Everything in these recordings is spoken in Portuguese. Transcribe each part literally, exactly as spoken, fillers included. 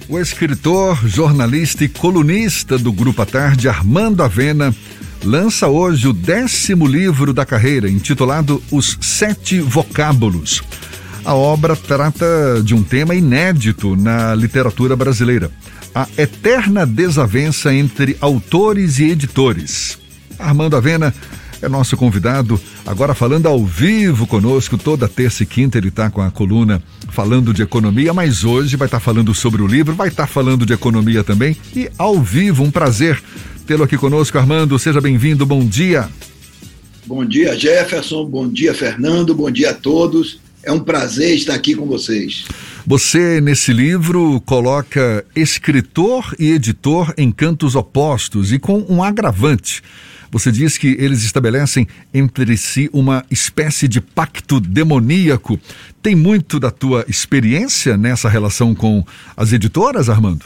O escritor, jornalista e colunista do Grupo à Tarde, Armando Avena, lança hoje o décimo livro da carreira, intitulado Os Sete Vocábulos. A obra trata de um tema inédito na literatura brasileira: a eterna desavença entre autores e editores. Armando Avena é nosso convidado, agora falando ao vivo conosco. Toda terça e quinta ele está com a coluna falando de economia, mas hoje vai estar tá falando sobre o livro, vai estar tá falando de economia também, e ao vivo. Um prazer tê-lo aqui conosco, Armando. Seja bem-vindo, bom dia. Bom dia, Jefferson, bom dia, Fernando, bom dia a todos. É um prazer estar aqui com vocês. Você, nesse livro, coloca escritor e editor em cantos opostos e com um agravante. Você diz que eles estabelecem entre si uma espécie de pacto demoníaco. Tem muito da tua experiência nessa relação com as editoras, Armando?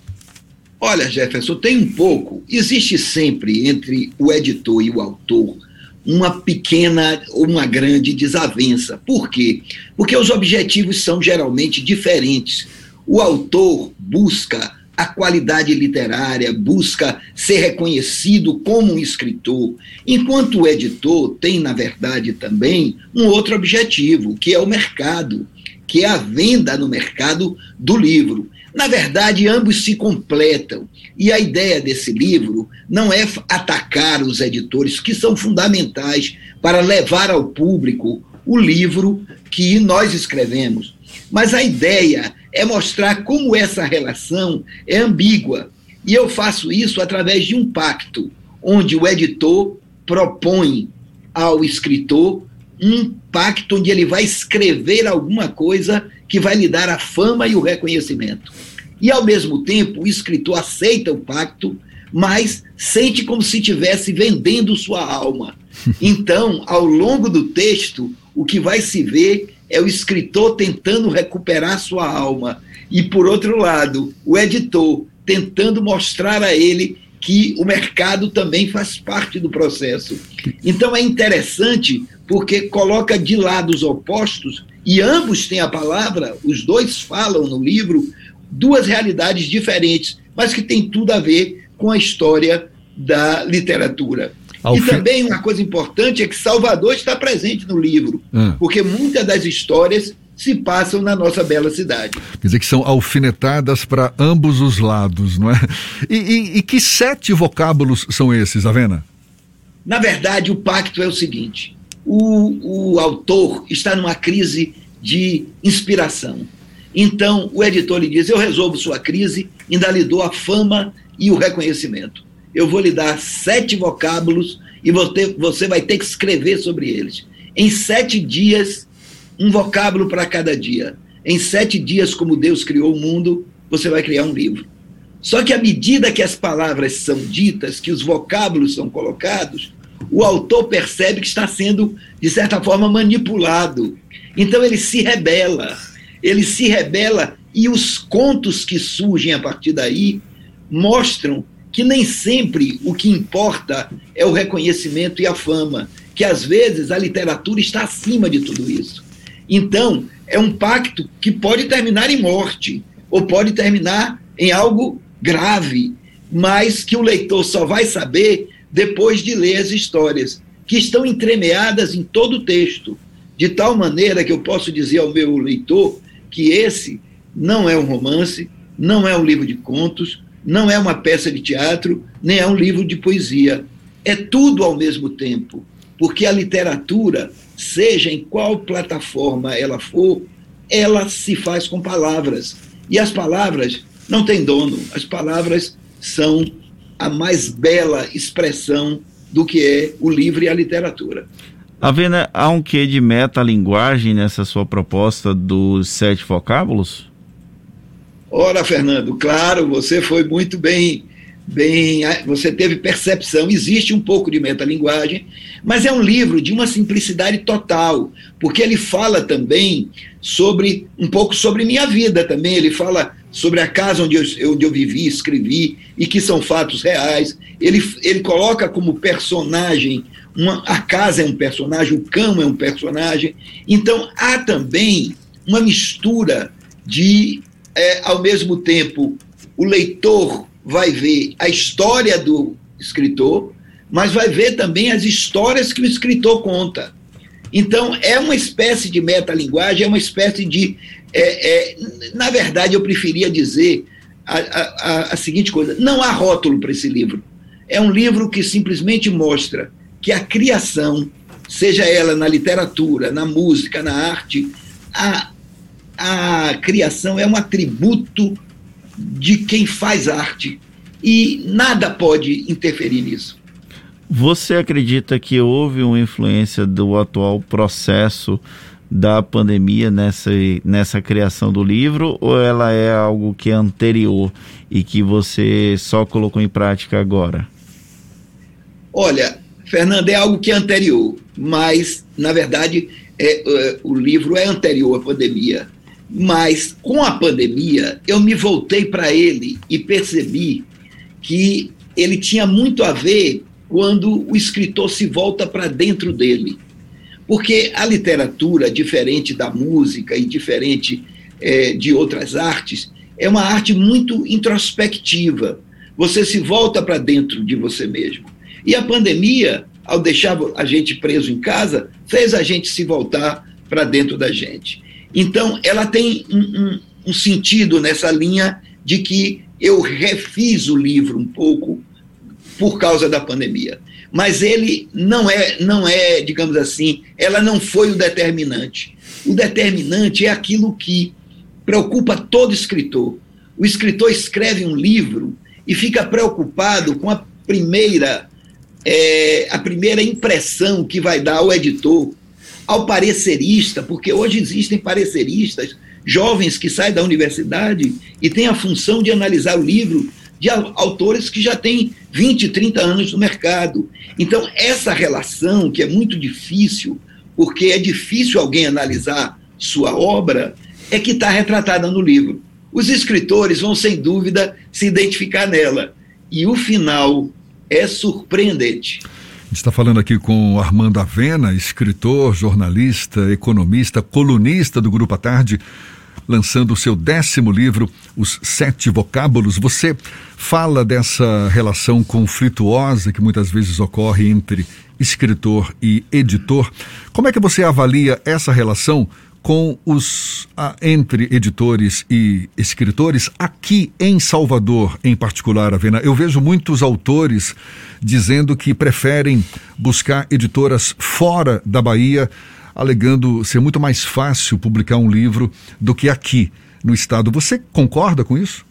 Olha, Jefferson, tem um pouco. Existe sempre entre o editor e o autor uma pequena ou uma grande desavença. Por quê? Porque os objetivos são geralmente diferentes. O autor busca a qualidade literária, busca ser reconhecido como um escritor, enquanto o editor tem, na verdade, também um outro objetivo, que é o mercado, que é a venda no mercado do livro. Na verdade, ambos se completam, e a ideia desse livro não é atacar os editores, que são fundamentais para levar ao público o livro que nós escrevemos, mas a ideia é mostrar como essa relação é ambígua, e eu faço isso através de um pacto, onde o editor propõe ao escritor um pacto onde ele vai escrever alguma coisa que vai lhe dar a fama e o reconhecimento. E, ao mesmo tempo, o escritor aceita o pacto, mas sente como se estivesse vendendo sua alma. Então, ao longo do texto, o que vai se ver é o escritor tentando recuperar sua alma e, por outro lado, o editor tentando mostrar a ele que o mercado também faz parte do processo. Então é interessante porque coloca de lados opostos, e ambos têm a palavra, os dois falam no livro, duas realidades diferentes, mas que têm tudo a ver com a história da literatura. Ao e fim... também uma coisa importante é que Salvador está presente no livro, hum. porque muitas das histórias se passam na nossa bela cidade. Quer dizer que são alfinetadas para ambos os lados, não é? E, e, e que sete vocábulos são esses, Avena? Na verdade, o pacto é o seguinte: o, o autor está numa crise de inspiração. Então, o editor lhe diz: eu resolvo sua crise, ainda lhe dou a fama e o reconhecimento. Eu vou lhe dar sete vocábulos e você, você vai ter que escrever sobre eles. Em sete dias, um vocábulo para cada dia. Em sete dias, como Deus criou o mundo, você vai criar um livro. Só que à medida que as palavras são ditas, que os vocábulos são colocados, o autor percebe que está sendo, de certa forma, manipulado. Então ele se rebela. Ele se rebela e os contos que surgem a partir daí mostram que nem sempre o que importa é o reconhecimento e a fama, que às vezes a literatura está acima de tudo isso. Então, é um pacto que pode terminar em morte, ou pode terminar em algo grave, mas que o leitor só vai saber depois de ler as histórias, que estão entremeadas em todo o texto, de tal maneira que eu posso dizer ao meu leitor que esse não é um romance, não é um livro de contos, não é uma peça de teatro, nem é um livro de poesia. É tudo ao mesmo tempo, porque a literatura, seja em qual plataforma ela for, ela se faz com palavras. E as palavras não têm dono, as palavras são a mais bela expressão do que é o livro e a literatura. Avena, há um quê de metalinguagem nessa sua proposta dos sete vocábulos? Ora, Fernando, claro, você foi muito bem, bem, você teve percepção, existe um pouco de metalinguagem, mas é um livro de uma simplicidade total, porque ele fala também sobre, um pouco sobre minha vida também, ele fala sobre a casa onde eu, onde eu vivi, escrevi, e que são fatos reais. Ele, ele coloca como personagem, uma, a casa é um personagem, o cão é um personagem, então há também uma mistura de é, ao mesmo tempo, o leitor vai ver a história do escritor, mas vai ver também as histórias que o escritor conta. Então, é uma espécie de metalinguagem, é uma espécie de... É, é, na verdade, eu preferia dizer a, a, a seguinte coisa: não há rótulo para esse livro. É um livro que simplesmente mostra que a criação, seja ela na literatura, na música, na arte, a, a criação é um atributo de quem faz arte e nada pode interferir nisso. Você acredita que houve uma influência do atual processo da pandemia nessa, nessa criação do livro, ou ela é algo que é anterior e que você só colocou em prática agora? Olha, Fernando, é algo que é anterior, mas, na verdade, é, é, o livro é anterior à pandemia. Mas, com a pandemia, eu me voltei para ele e percebi que ele tinha muito a ver quando o escritor se volta para dentro dele. Porque a literatura, diferente da música e diferente é, de outras artes, é uma arte muito introspectiva. Você se volta para dentro de você mesmo. E a pandemia, ao deixar a gente preso em casa, fez a gente se voltar para dentro da gente. Então, ela tem um, um, um sentido nessa linha de que eu refiz o livro um pouco por causa da pandemia. Mas ele não é, não é, digamos assim, ela não foi o determinante. O determinante é aquilo que preocupa todo escritor. O escritor escreve um livro e fica preocupado com a primeira, é, a primeira impressão que vai dar ao editor, ao parecerista, porque hoje existem pareceristas, jovens que saem da universidade e têm a função de analisar o livro de autores que já têm vinte, trinta anos no mercado. Então, essa relação, que é muito difícil, porque é difícil alguém analisar sua obra, é que está retratada no livro. Os escritores vão, sem dúvida, se identificar nela. E o final é surpreendente. A gente está falando aqui com Armando Avena, escritor, jornalista, economista, colunista do Grupo à Tarde, lançando o seu décimo livro, Os Sete Vocábulos. Você fala dessa relação conflituosa que muitas vezes ocorre entre escritor e editor. Como é que você avalia essa relação com os a, entre editores e escritores aqui em Salvador, em particular, Avena? Eu vejo muitos autores dizendo que preferem buscar editoras fora da Bahia, alegando ser muito mais fácil publicar um livro do que aqui no estado. Você concorda com isso?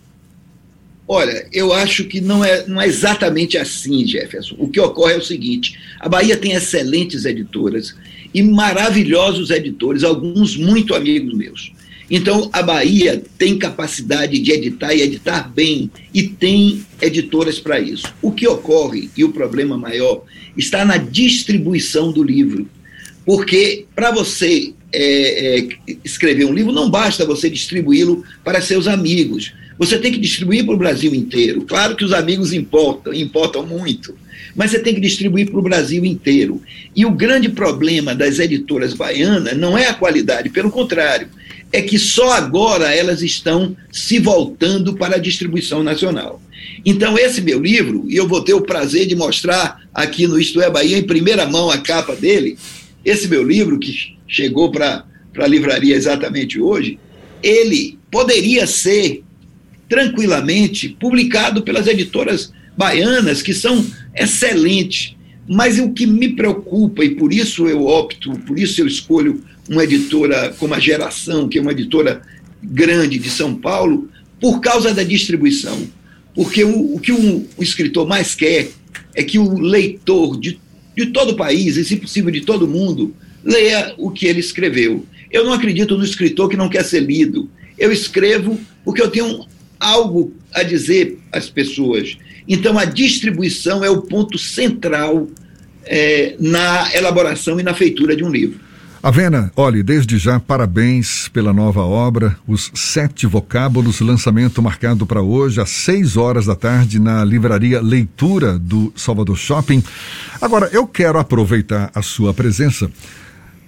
Olha, eu acho que não é, não é exatamente assim, Jefferson. O que ocorre é o seguinte: a Bahia tem excelentes editoras e maravilhosos editores, alguns muito amigos meus. Então, a Bahia tem capacidade de editar e editar bem, e tem editoras para isso. O que ocorre, e o problema maior, está na distribuição do livro. Porque para você é, é, escrever um livro, não basta você distribuí-lo para seus amigos. Você tem que distribuir para o Brasil inteiro. Claro que os amigos importam, importam muito, mas você tem que distribuir para o Brasil inteiro. E o grande problema das editoras baianas não é a qualidade, pelo contrário, é que só agora elas estão se voltando para a distribuição nacional. Então, esse meu livro, e eu vou ter o prazer de mostrar aqui no Isto é Bahia, em primeira mão, a capa dele. Esse meu livro, que chegou para a livraria exatamente hoje, ele poderia ser tranquilamente publicado pelas editoras baianas, que são excelentes. Mas o que me preocupa, e por isso eu opto, por isso eu escolho uma editora como a Geração, que é uma editora grande de São Paulo, por causa da distribuição. Porque o, o que um, o escritor mais quer é que o leitor de de todo o país, e se possível de todo mundo, leia o que ele escreveu. Eu não acredito no escritor que não quer ser lido. Eu escrevo porque eu tenho algo a dizer às pessoas. Então, a distribuição é o ponto central é, na elaboração e na feitura de um livro. Avena, olhe, desde já, parabéns pela nova obra, Os Sete Vocábulos, lançamento marcado para hoje, às seis horas da tarde, na livraria Leitura do Salvador Shopping. Agora, eu quero aproveitar a sua presença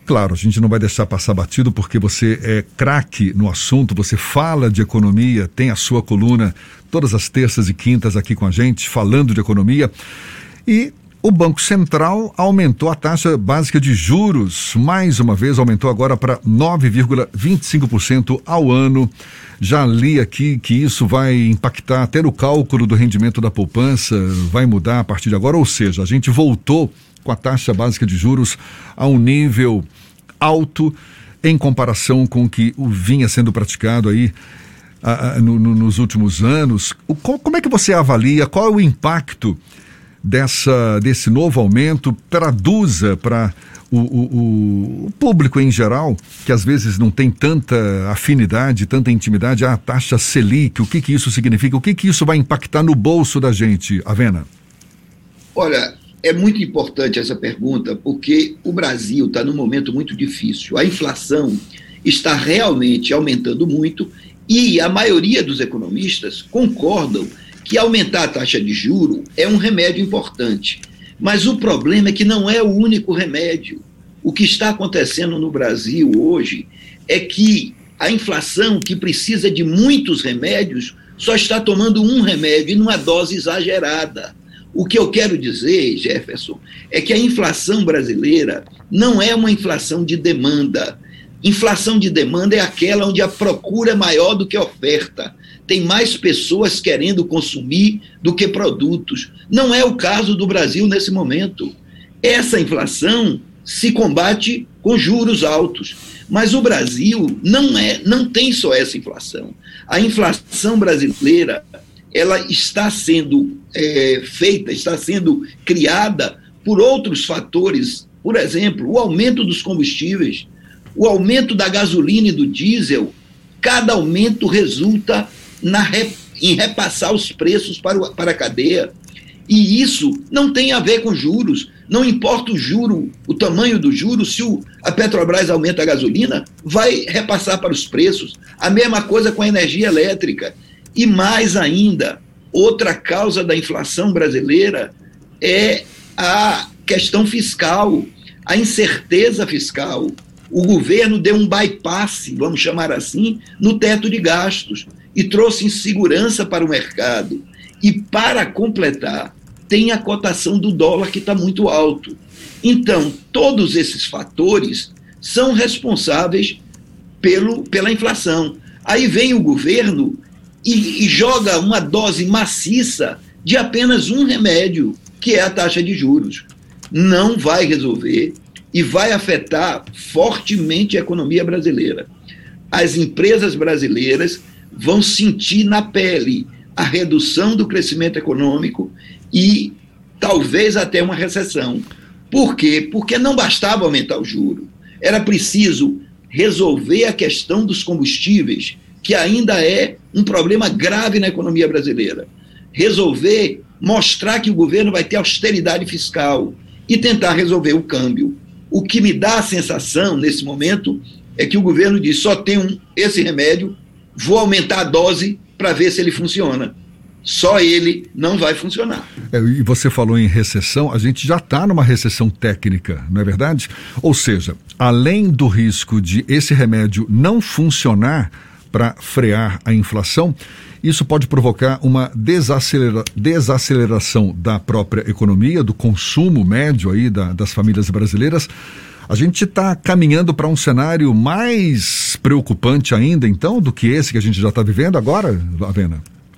Claro, a gente não vai deixar passar batido porque você é craque no assunto, você fala de economia, tem a sua coluna todas as terças e quintas aqui com a gente, falando de economia. E o Banco Central aumentou a taxa básica de juros, mais uma vez aumentou agora para nove vírgula vinte e cinco por cento ao ano. Já li aqui que isso vai impactar até no cálculo do rendimento da poupança, vai mudar a partir de agora, ou seja, a gente voltou com a taxa básica de juros a um nível alto em comparação com o que vinha sendo praticado aí a, a, no, no, nos últimos anos. O, como é que você avalia, qual é o impacto dessa, desse novo aumento, traduza para o, o, o público em geral, que às vezes não tem tanta afinidade, tanta intimidade, a taxa Selic, o que que isso significa, o que que isso vai impactar no bolso da gente, Avena? Olha, é muito importante essa pergunta, porque o Brasil está num momento muito difícil. A inflação está realmente aumentando muito e a maioria dos economistas concordam que aumentar a taxa de juro é um remédio importante. Mas o problema é que não é o único remédio. O que está acontecendo no Brasil hoje é que a inflação, que precisa de muitos remédios, só está tomando um remédio e numa dose exagerada. O que eu quero dizer, Jefferson, é que a inflação brasileira não é uma inflação de demanda. Inflação de demanda é aquela onde a procura é maior do que a oferta. Tem mais pessoas querendo consumir do que produtos. Não é o caso do Brasil nesse momento. Essa inflação se combate com juros altos. Mas o Brasil não, é, não tem só essa inflação. A inflação brasileira, ela está sendo é, feita, está sendo criada por outros fatores. Por exemplo, o aumento dos combustíveis, o aumento da gasolina e do diesel. Cada aumento resulta na, em repassar os preços para, o, para a cadeia. E isso não tem a ver com juros. Não importa o juro, o tamanho do juro, se o, a Petrobras aumenta a gasolina, vai repassar para os preços. A mesma coisa com a energia elétrica. E mais ainda, outra causa da inflação brasileira é a questão fiscal, a incerteza fiscal. O governo deu um bypass, vamos chamar assim, no teto de gastos e trouxe insegurança para o mercado. E para completar, tem a cotação do dólar que está muito alto. Então, todos esses fatores são responsáveis pelo, pela inflação. Aí vem o governo e, e joga uma dose maciça de apenas um remédio, que é a taxa de juros. Não vai resolver e vai afetar fortemente a economia brasileira. As empresas brasileiras vão sentir na pele a redução do crescimento econômico e talvez até uma recessão. Por quê? Porque não bastava aumentar o juro. Era preciso resolver a questão dos combustíveis, que ainda é um problema grave na economia brasileira. Resolver, mostrar que o governo vai ter austeridade fiscal e tentar resolver o câmbio. O que me dá a sensação, nesse momento, é que o governo diz, só tem um, esse remédio, vou aumentar a dose para ver se ele funciona. Só ele não vai funcionar. É, e você falou em recessão, a gente já está numa recessão técnica, não é verdade? Ou seja, além do risco de esse remédio não funcionar para frear a inflação, isso pode provocar uma desacelera, desaceleração da própria economia, do consumo médio aí da, das famílias brasileiras. A gente está caminhando para um cenário mais preocupante ainda, então, do que esse que a gente já está vivendo agora, Avena?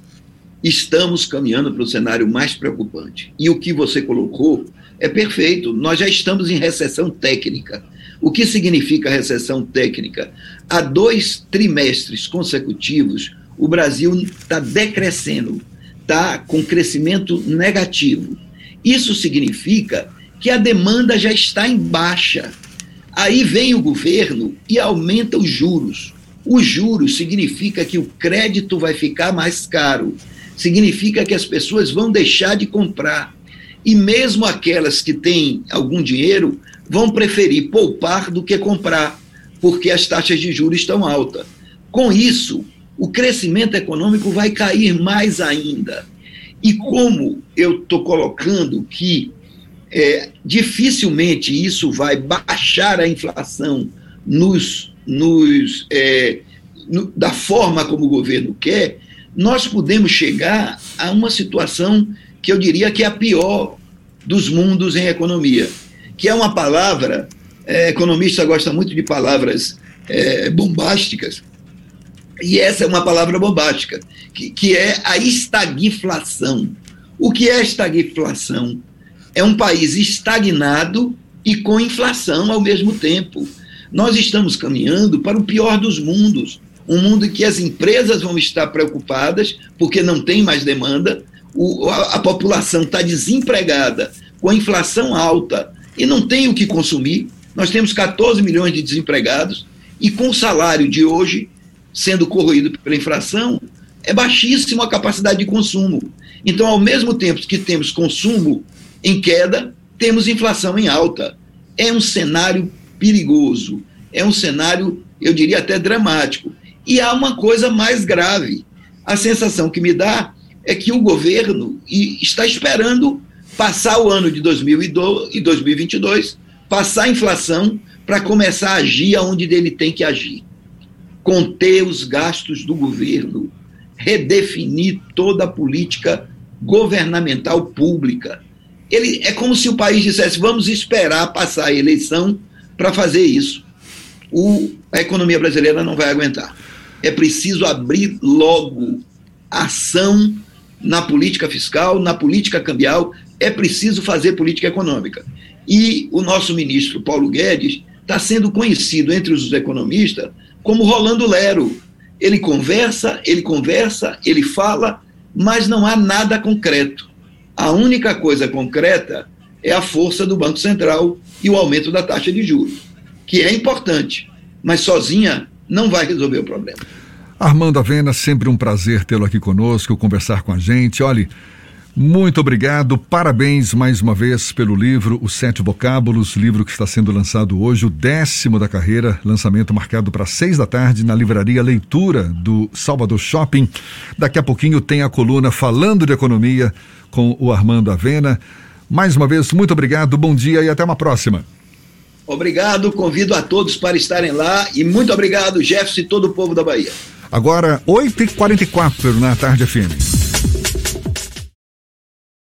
Estamos caminhando para um cenário mais preocupante. E o que você colocou é perfeito. Nós já estamos em recessão técnica. O que significa recessão técnica? Há dois trimestres consecutivos, o Brasil está decrescendo, está com crescimento negativo. Isso significa que a demanda já está em baixa. Aí vem o governo e aumenta os juros. Os juros significa que o crédito vai ficar mais caro. Significa que as pessoas vão deixar de comprar. E mesmo aquelas que têm algum dinheiro vão preferir poupar do que comprar, porque as taxas de juros estão altas. Com isso, o crescimento econômico vai cair mais ainda. E como eu estou colocando que é, dificilmente isso vai baixar a inflação nos, nos, é, no, da forma como o governo quer. Nós podemos chegar a uma situação que eu diria que é a pior dos mundos em economia, que é uma palavra, é, economista gosta muito de palavras é, bombásticas, e essa é uma palavra bombástica, que, que é a estagflação. O que é estagflação? É um país estagnado e com inflação ao mesmo tempo. Nós estamos caminhando para o pior dos mundos, um mundo em que as empresas vão estar preocupadas porque não tem mais demanda, o, a, a população está desempregada, com a inflação alta e não tem o que consumir. Nós temos catorze milhões de desempregados e com o salário de hoje sendo corroído pela inflação, é baixíssima a capacidade de consumo. Então, ao mesmo tempo que temos consumo em queda, temos inflação em alta. É um cenário perigoso, é um cenário, eu diria até dramático. E há uma coisa mais grave. A sensação que me dá é que o governo está esperando passar o ano de dois mil e vinte e dois, passar a inflação para começar a agir onde ele tem que agir. Conter os gastos do governo, redefinir toda a política governamental pública. Ele, é como se o país dissesse, vamos esperar passar a eleição para fazer isso. O, a economia brasileira não vai aguentar. É preciso abrir logo ação na política fiscal, na política cambial, é preciso fazer política econômica. E o nosso ministro Paulo Guedes está sendo conhecido entre os economistas como Rolando Lero. Ele conversa, ele conversa, ele fala, mas não há nada concreto. A única coisa concreta é a força do Banco Central e o aumento da taxa de juros, que é importante, mas sozinha não vai resolver o problema. Armando Avena, sempre um prazer tê-lo aqui conosco, conversar com a gente. Olhe, muito obrigado, parabéns mais uma vez pelo livro Os Sete Vocábulos, livro que está sendo lançado hoje, o décimo da carreira, lançamento marcado para seis da tarde na livraria Leitura do Salvador Shopping. Daqui a pouquinho tem a coluna Falando de Economia com o Armando Avena. Mais uma vez, muito obrigado, bom dia e até uma próxima. Obrigado, convido a todos para estarem lá e muito obrigado, Jefferson e todo o povo da Bahia. Agora, oito e quarenta e quatro na Tarde F M.